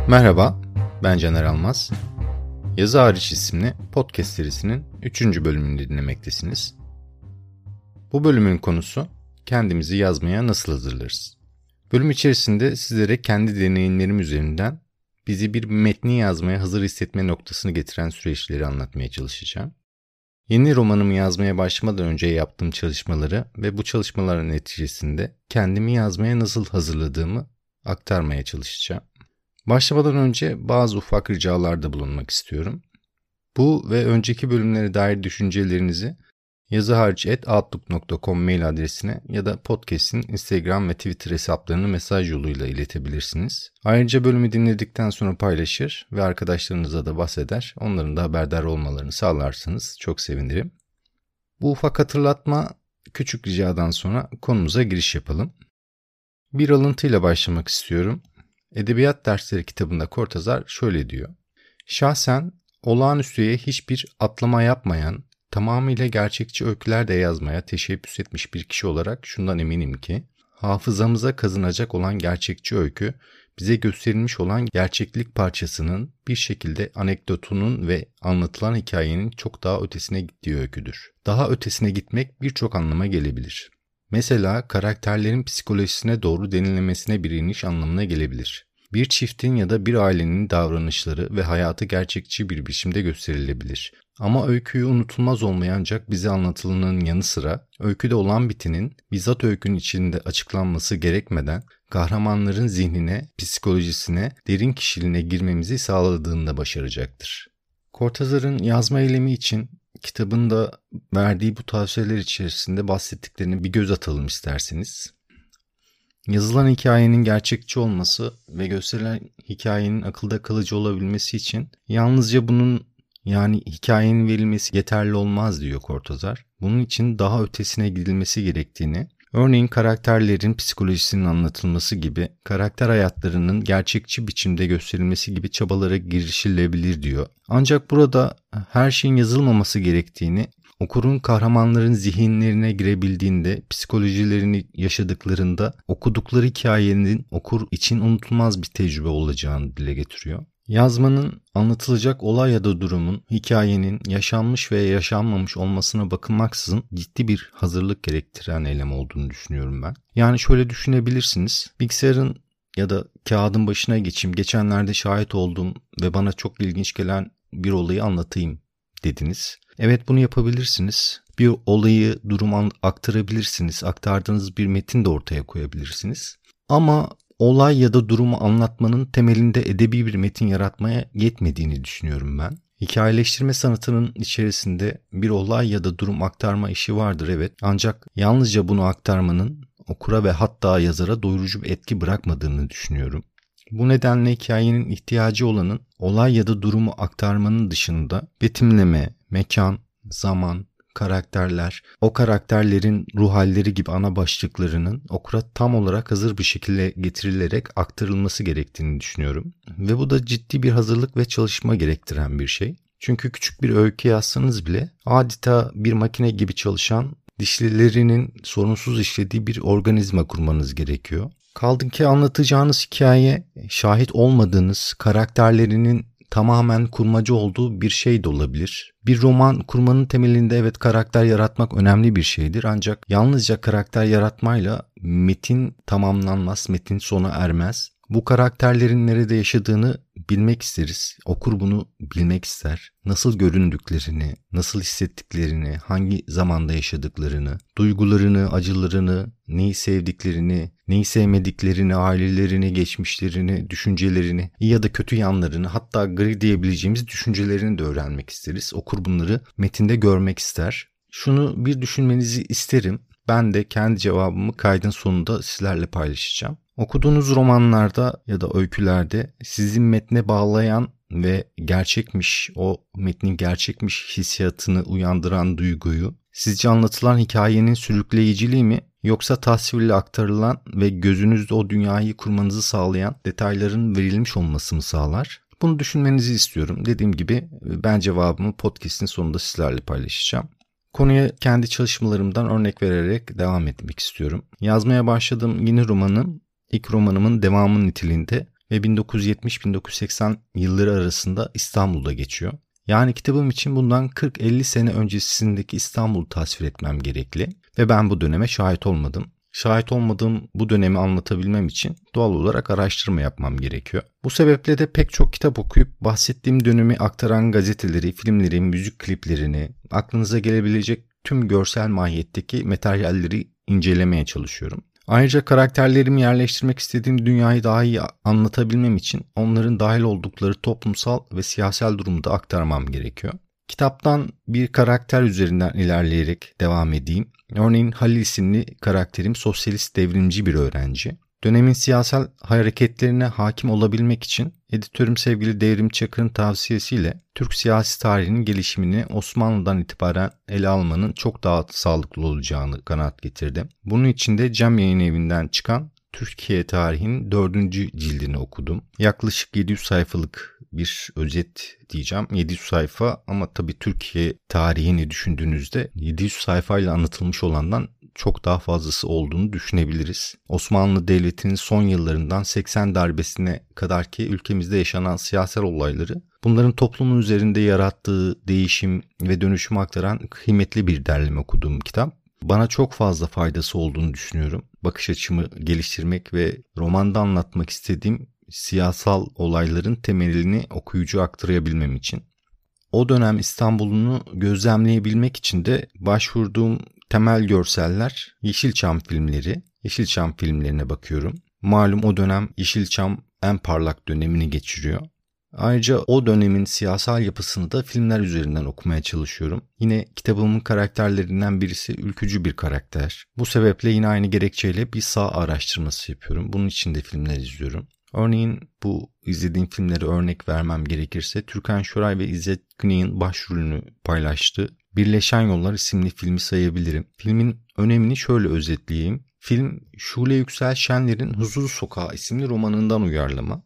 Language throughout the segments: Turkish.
Merhaba, ben Caner Almaz. Yazı Hariç isimli podcast serisinin 3. bölümünü dinlemektesiniz. Bu bölümün konusu kendimizi yazmaya nasıl hazırlarız? Bölüm içerisinde sizlere kendi deneyimlerim üzerinden bizi bir metni yazmaya hazır hissetme noktasını getiren süreçleri anlatmaya çalışacağım. Yeni romanımı yazmaya başlamadan önce yaptığım çalışmaları ve bu çalışmaların neticesinde kendimi yazmaya nasıl hazırladığımı aktarmaya çalışacağım. Başlamadan önce bazı ufak ricalarda bulunmak istiyorum. Bu ve önceki bölümlere dair düşüncelerinizi yazıhariç@outlook.com mail adresine ya da podcast'in Instagram ve Twitter hesaplarını mesaj yoluyla iletebilirsiniz. Ayrıca bölümü dinledikten sonra paylaşır ve arkadaşlarınıza da bahseder, onların da haberdar olmalarını sağlarsanız çok sevinirim. Bu ufak hatırlatma, küçük ricadan sonra konumuza giriş yapalım. Bir alıntıyla başlamak istiyorum. Edebiyat Dersleri kitabında Cortázar şöyle diyor. Şahsen olağanüstüye hiçbir atlama yapmayan, tamamıyla gerçekçi öyküler de yazmaya teşebbüs etmiş bir kişi olarak şundan eminim ki, hafızamıza kazınacak olan gerçekçi öykü, bize gösterilmiş olan gerçeklik parçasının bir şekilde anekdotunun ve anlatılan hikayenin çok daha ötesine gittiği öyküdür. Daha ötesine gitmek birçok anlama gelebilir. Mesela karakterlerin psikolojisine doğru denilemesine bir iniş anlamına gelebilir. Bir çiftin ya da bir ailenin davranışları ve hayatı gerçekçi bir biçimde gösterilebilir. Ama öyküyü unutulmaz olmaya ancak bize anlatılanın yanı sıra öyküde olan bitinin bizzat öykünün içinde açıklanması gerekmeden kahramanların zihnine, psikolojisine, derin kişiliğine girmemizi sağladığında başaracaktır. Cortázar'ın yazma eylemi için kitabında verdiği bu tavsiyeler içerisinde bahsettiklerini bir göz atalım isterseniz. Yazılan hikayenin gerçekçi olması ve gösterilen hikayenin akılda kalıcı olabilmesi için yalnızca bunun yani hikayenin verilmesi yeterli olmaz diyor Cortázar. Bunun için daha ötesine gidilmesi gerektiğini, örneğin karakterlerin psikolojisinin anlatılması gibi, karakter hayatlarının gerçekçi biçimde gösterilmesi gibi çabalara girişilebilir diyor. Ancak burada her şeyin yazılmaması gerektiğini, okurun kahramanların zihinlerine girebildiğinde, psikolojilerini yaşadıklarında okudukları hikayenin okur için unutulmaz bir tecrübe olacağını dile getiriyor. Yazmanın anlatılacak olay ya da durumun, hikayenin yaşanmış veya yaşanmamış olmasına bakılmaksızın ciddi bir hazırlık gerektiren eylem olduğunu düşünüyorum ben. Yani şöyle düşünebilirsiniz, bilgisayarın ya da kağıdın başına geçeyim, geçenlerde şahit olduğum ve bana çok ilginç gelen bir olayı anlatayım dediniz. Evet, bunu yapabilirsiniz. Bir olayı, durumu aktarabilirsiniz. Aktardığınız bir metin de ortaya koyabilirsiniz. Ama olay ya da durumu anlatmanın temelinde edebi bir metin yaratmaya yetmediğini düşünüyorum ben. Hikayeleştirme sanatının içerisinde bir olay ya da durum aktarma işi vardır, evet. Ancak yalnızca bunu aktarmanın okura ve hatta yazara doyurucu bir etki bırakmadığını düşünüyorum. Bu nedenle hikayenin ihtiyacı olanın olay ya da durumu aktarmanın dışında betimleme, mekan, zaman, karakterler, o karakterlerin ruh halleri gibi ana başlıklarının okura tam olarak hazır bir şekilde getirilerek aktarılması gerektiğini düşünüyorum. Ve bu da ciddi bir hazırlık ve çalışma gerektiren bir şey. Çünkü küçük bir öykü yazsanız bile adeta bir makine gibi çalışan, dişlilerinin sorunsuz işlediği bir organizma kurmanız gerekiyor. Kaldı ki anlatacağınız hikaye şahit olmadığınız karakterlerinin tamamen kurmaca olduğu bir şey de olabilir. Bir roman kurmanın temelinde evet karakter yaratmak önemli bir şeydir. Ancak yalnızca karakter yaratmayla metin tamamlanmaz, metin sona ermez. Bu karakterlerin nerede yaşadığını bilmek isteriz. Okur bunu bilmek ister. Nasıl göründüklerini, nasıl hissettiklerini, hangi zamanda yaşadıklarını, duygularını, acılarını, neyi sevdiklerini, neyi sevmediklerini, ailelerini, geçmişlerini, düşüncelerini, iyi ya da kötü yanlarını, hatta gri diyebileceğimiz düşüncelerini de öğrenmek isteriz. Okur bunları metinde görmek ister. Şunu bir düşünmenizi isterim. Ben de kendi cevabımı kaydın sonunda sizlerle paylaşacağım. Okuduğunuz romanlarda ya da öykülerde sizi metne bağlayan ve gerçekmiş, o metnin gerçekmiş hissiyatını uyandıran duyguyu, sizce anlatılan hikayenin sürükleyiciliği mi yoksa tasvirle aktarılan ve gözünüzde o dünyayı kurmanızı sağlayan detayların verilmiş olması mı sağlar? Bunu düşünmenizi istiyorum. Dediğim gibi ben cevabımı podcast'in sonunda sizlerle paylaşacağım. Konuya kendi çalışmalarımdan örnek vererek devam etmek istiyorum. Yazmaya başladığım yeni romanım, İlk romanımın devamı niteliğinde ve 1970-1980 yılları arasında İstanbul'da geçiyor. Yani kitabım için bundan 40-50 sene öncesindeki İstanbul'u tasvir etmem gerekli ve ben bu döneme şahit olmadım. Şahit olmadığım bu dönemi anlatabilmem için doğal olarak araştırma yapmam gerekiyor. Bu sebeple de pek çok kitap okuyup bahsettiğim dönemi aktaran gazeteleri, filmleri, müzik kliplerini, aklınıza gelebilecek tüm görsel mahiyetteki materyalleri incelemeye çalışıyorum. Ayrıca karakterlerimi yerleştirmek istediğim dünyayı daha iyi anlatabilmem için onların dahil oldukları toplumsal ve siyasal durumu da aktarmam gerekiyor. Kitaptan bir karakter üzerinden ilerleyerek devam edeyim. Örneğin Halil isimli karakterim sosyalist devrimci bir öğrenci. Dönemin siyasal hareketlerine hakim olabilmek için editörüm sevgili Devrim Çakır'ın tavsiyesiyle Türk siyasi tarihinin gelişimini Osmanlı'dan itibaren ele almanın çok daha sağlıklı olacağını kanaat getirdim. Bunun için de Cem Yayınevi'nden çıkan Türkiye tarihinin 4. cildini okudum. Yaklaşık 700 sayfalık bir özet diyeceğim. 700 sayfa ama tabii Türkiye tarihini düşündüğünüzde 700 sayfayla anlatılmış olandan çok daha fazlası olduğunu düşünebiliriz. Osmanlı Devleti'nin son yıllarından 80 darbesine kadar ki ülkemizde yaşanan siyasal olayları, bunların toplumun üzerinde yarattığı değişim ve dönüşümü aktaran kıymetli bir derleme okuduğum kitap. Bana çok fazla faydası olduğunu düşünüyorum. Bakış açımı geliştirmek ve romanda anlatmak istediğim siyasal olayların temelini okuyucuya aktarabilmem için. O dönem İstanbul'unu gözlemleyebilmek için de başvurduğum temel görseller Yeşilçam filmleri. Yeşilçam filmlerine bakıyorum. Malum o dönem Yeşilçam en parlak dönemini geçiriyor. Ayrıca o dönemin siyasal yapısını da filmler üzerinden okumaya çalışıyorum. Yine kitabımın karakterlerinden birisi ülkücü bir karakter. Bu sebeple yine aynı gerekçeyle bir sağ araştırması yapıyorum. Bunun için de filmler izliyorum. Örneğin bu izlediğim filmlere örnek vermem gerekirse Türkan Şoray ve İzzet Güney'in başrolünü paylaştığı Birleşen Yollar isimli filmi sayabilirim. Filmin önemini şöyle özetleyeyim. Film Şule Yüksel Şenler'in Huzur Sokağı isimli romanından uyarlama.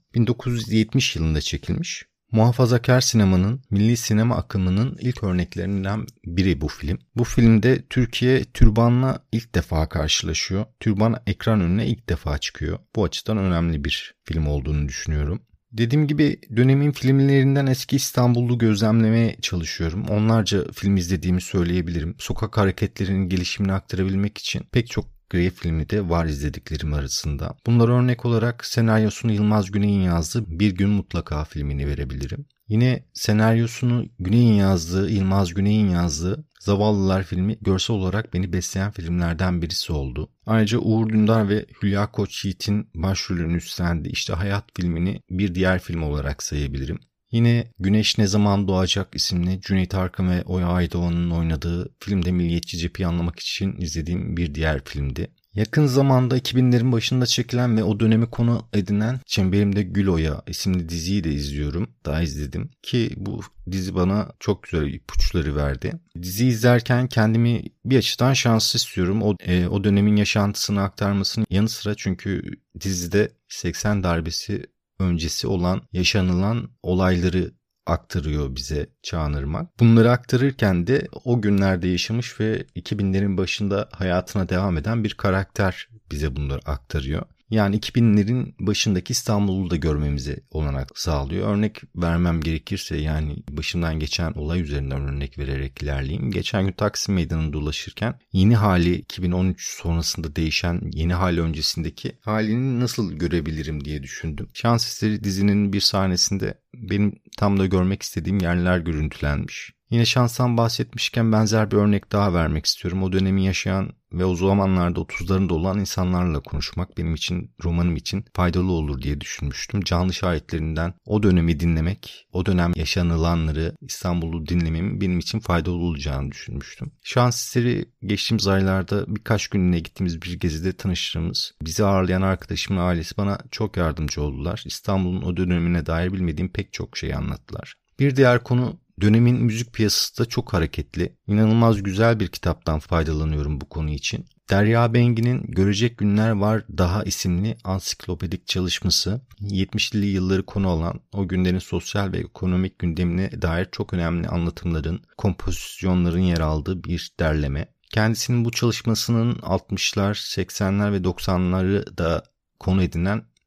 1970 yılında çekilmiş. Muhafazakar sinemanın, milli sinema akımının ilk örneklerinden biri bu film. Bu filmde Türkiye türbanla ilk defa karşılaşıyor. Türban ekran önüne ilk defa çıkıyor. Bu açıdan önemli bir film olduğunu düşünüyorum. Dediğim gibi dönemin filmlerinden eski İstanbul'u gözlemlemeye çalışıyorum. Onlarca film izlediğimi söyleyebilirim. Sokak hareketlerinin gelişimini aktarabilmek için pek çok Grey filmi de var izlediklerim arasında. Bunlar örnek olarak senaryosunu Yılmaz Güney'in yazdığı Bir Gün Mutlaka filmini verebilirim. Yine senaryosunu Yılmaz Güney'in yazdığı Zavallılar filmi görsel olarak beni besleyen filmlerden birisi oldu. Ayrıca Uğur Dündar ve Hülya Koçyiğit'in başrolünü üstlendiği İşte Hayat filmini bir diğer film olarak sayabilirim. Yine Güneş Ne Zaman Doğacak isimli Cüneyt Arkın ve Oya Aydoğan'ın oynadığı filmde milliyetçi cepheyi anlamak için izlediğim bir diğer filmdi. Yakın zamanda 2000'lerin başında çekilen ve o dönemi konu edinen Çemberimde Gül Oya isimli diziyi de izliyorum. Daha izledim ki bu dizi bana çok güzel ipuçları verdi. Diziyi izlerken kendimi bir açıdan şanslı istiyorum. O dönemin yaşantısını aktarmasının yanı sıra çünkü dizide 80 darbesi öncesi olan yaşanılan olayları aktarıyor bize Çağan Irmak. Bunları aktarırken de o günlerde yaşamış ve 2000'lerin başında hayatına devam eden bir karakter bize bunları aktarıyor. Yani 2000'lerin başındaki İstanbul'u da görmemize olanak sağlıyor. Örnek vermem gerekirse yani başımdan geçen olay üzerinden örnek vererek ilerleyeyim. Geçen gün Taksim Meydanı'nda dolaşırken yeni hali 2013 sonrasında değişen yeni hali öncesindeki halini nasıl görebilirim diye düşündüm. Şans Eseri dizinin bir sahnesinde benim tam da görmek istediğim yerler görüntülenmiş. Yine şanstan bahsetmişken benzer bir örnek daha vermek istiyorum. O dönemi yaşayan ve o zamanlarda 30'larında olan insanlarla konuşmak benim için, romanım için faydalı olur diye düşünmüştüm. Canlı şahitlerinden o dönemi dinlemek, o dönem yaşanılanları, İstanbul'u dinlememin benim için faydalı olacağını düşünmüştüm. Şans eseri geçtiğimiz aylarda birkaç günlüğüne gittiğimiz bir gezide tanıştığımız, bizi ağırlayan arkadaşımın ailesi bana çok yardımcı oldular. İstanbul'un o dönemine dair bilmediğim pek çok şey anlattılar. Bir diğer konu, dönemin müzik piyasası da çok hareketli. İnanılmaz güzel bir kitaptan faydalanıyorum bu konu için. Derya Bengi'nin Görecek Günler Var Daha isimli ansiklopedik çalışması 70'li yılları konu alan o günlerin sosyal ve ekonomik gündemine dair çok önemli anlatımların, kompozisyonların yer aldığı bir derleme. Kendisinin bu çalışmasının 60'lar, 80'ler ve 90'ları da konu edinen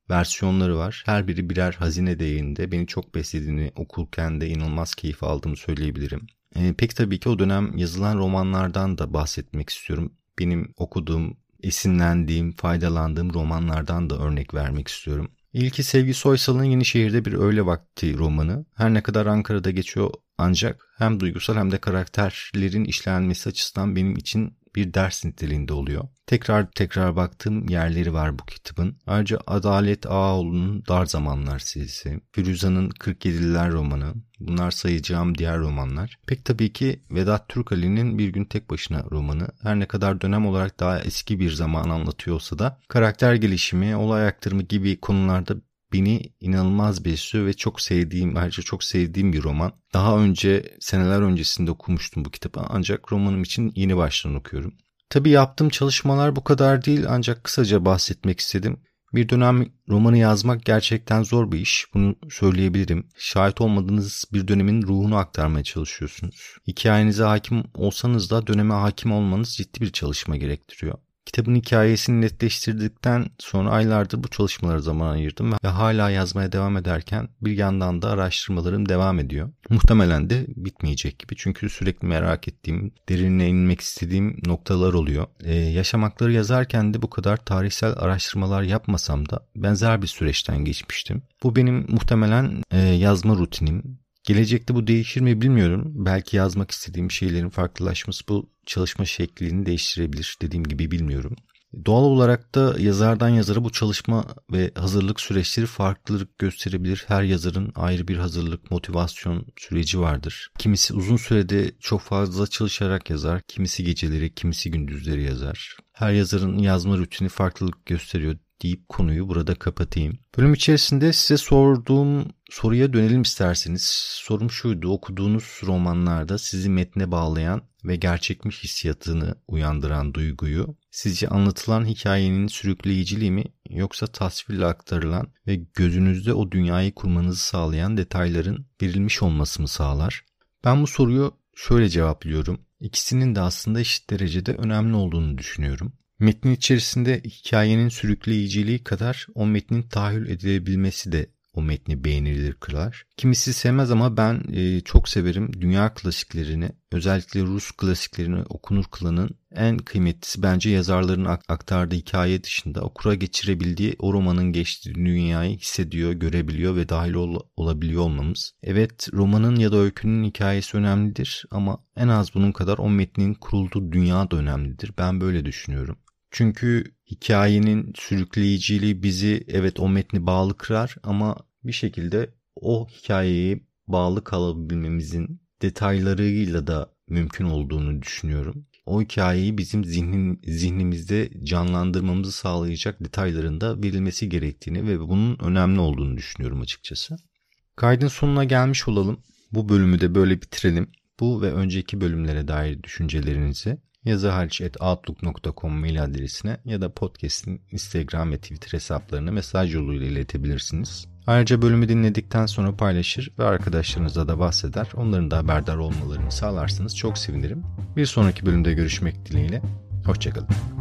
versiyonları var. Her biri birer hazine değerinde. Beni çok beslediğini, okurken de inanılmaz keyif aldığımı söyleyebilirim. Pek tabii ki o dönem yazılan romanlardan da bahsetmek istiyorum. Benim okuduğum, esinlendiğim, faydalandığım romanlardan da örnek vermek istiyorum. İlki Sevgi Soysal'ın Yenişehir'de Bir Öğle Vakti romanı. Her ne kadar Ankara'da geçiyor ancak hem duygusal hem de karakterlerin işlenmesi açısından benim için bir ders niteliğinde oluyor. Tekrar baktığım yerleri var bu kitabın. Ayrıca Adalet Ağaoğlu'nun Dar Zamanlar serisi, Firuza'nın 47'liler romanı, bunlar sayacağım diğer romanlar. Pek tabii ki Vedat Türkali'nin Bir Gün Tek Başına romanı. Her ne kadar dönem olarak daha eski bir zaman anlatıyor olsa da karakter gelişimi, olay aktarımı gibi konularda beni inanılmaz besliyor ve ayrıca çok sevdiğim bir roman. Daha önce, seneler öncesinde okumuştum bu kitabı ancak romanım için yeni baştan okuyorum. Tabii yaptığım çalışmalar bu kadar değil ancak kısaca bahsetmek istedim. Bir dönem romanı yazmak gerçekten zor bir iş. Bunu söyleyebilirim. Şahit olmadığınız bir dönemin ruhunu aktarmaya çalışıyorsunuz. Hikayenize hakim olsanız da döneme hakim olmanız ciddi bir çalışma gerektiriyor. Kitabın hikayesini netleştirdikten sonra aylardır bu çalışmalara zaman ayırdım ve hala yazmaya devam ederken bir yandan da araştırmalarım devam ediyor. Muhtemelen de bitmeyecek gibi çünkü sürekli merak ettiğim, derinine inmek istediğim noktalar oluyor. Yaşamakları yazarken de bu kadar tarihsel araştırmalar yapmasam da benzer bir süreçten geçmiştim. Bu benim muhtemelen yazma rutinim. Gelecekte bu değişir mi bilmiyorum. Belki yazmak istediğim şeylerin farklılaşması bu çalışma şeklini değiştirebilir. Dediğim gibi bilmiyorum. Doğal olarak da yazardan yazara bu çalışma ve hazırlık süreçleri farklılık gösterebilir. Her yazarın ayrı bir hazırlık, motivasyon süreci vardır. Kimisi uzun sürede çok fazla çalışarak yazar. Kimisi geceleri, kimisi gündüzleri yazar. Her yazarın yazma rutini farklılık gösteriyor deyip konuyu burada kapatayım. Bölüm içerisinde size sorduğum soruya dönelim isterseniz. Sorum şuydu: okuduğunuz romanlarda sizi metne bağlayan ve gerçekmiş hissiyatını uyandıran duyguyu sizce anlatılan hikayenin sürükleyiciliği mi yoksa tasvirle aktarılan ve gözünüzde o dünyayı kurmanızı sağlayan detayların verilmiş olması mı sağlar? Ben bu soruyu şöyle cevaplıyorum. İkisinin de aslında eşit derecede önemli olduğunu düşünüyorum. Metnin içerisinde hikayenin sürükleyiciliği kadar o metnin tahayyül edilebilmesi de o metni beğenilir kılar. Kimisi sevmez ama ben çok severim. Dünya klasiklerini, özellikle Rus klasiklerini okunur kılanın en kıymetlisi bence yazarların aktardığı hikaye dışında okura geçirebildiği o romanın geçtiği dünyayı hissediyor, görebiliyor ve dahil olabiliyor olmamız. Evet, romanın ya da öykünün hikayesi önemlidir ama en az bunun kadar o metnin kurulduğu dünya da önemlidir. Ben böyle düşünüyorum. Çünkü hikayenin sürükleyiciliği bizi evet o metni bağlı kırar ama bir şekilde o hikayeye bağlı kalabilmemizin detaylarıyla da mümkün olduğunu düşünüyorum. O hikayeyi bizim zihnimizde canlandırmamızı sağlayacak detayların da verilmesi gerektiğini ve bunun önemli olduğunu düşünüyorum açıkçası. Kaydın sonuna gelmiş olalım. Bu bölümü de böyle bitirelim. Bu ve önceki bölümlere dair düşüncelerinizi yazıhaliç@outlook.com mail adresine ya da podcast'in Instagram ve Twitter hesaplarına mesaj yoluyla iletebilirsiniz. Ayrıca bölümü dinledikten sonra paylaşır ve arkadaşlarınıza da bahseder. Onların da haberdar olmalarını sağlarsanız çok sevinirim. Bir sonraki bölümde görüşmek dileğiyle. Hoşçakalın.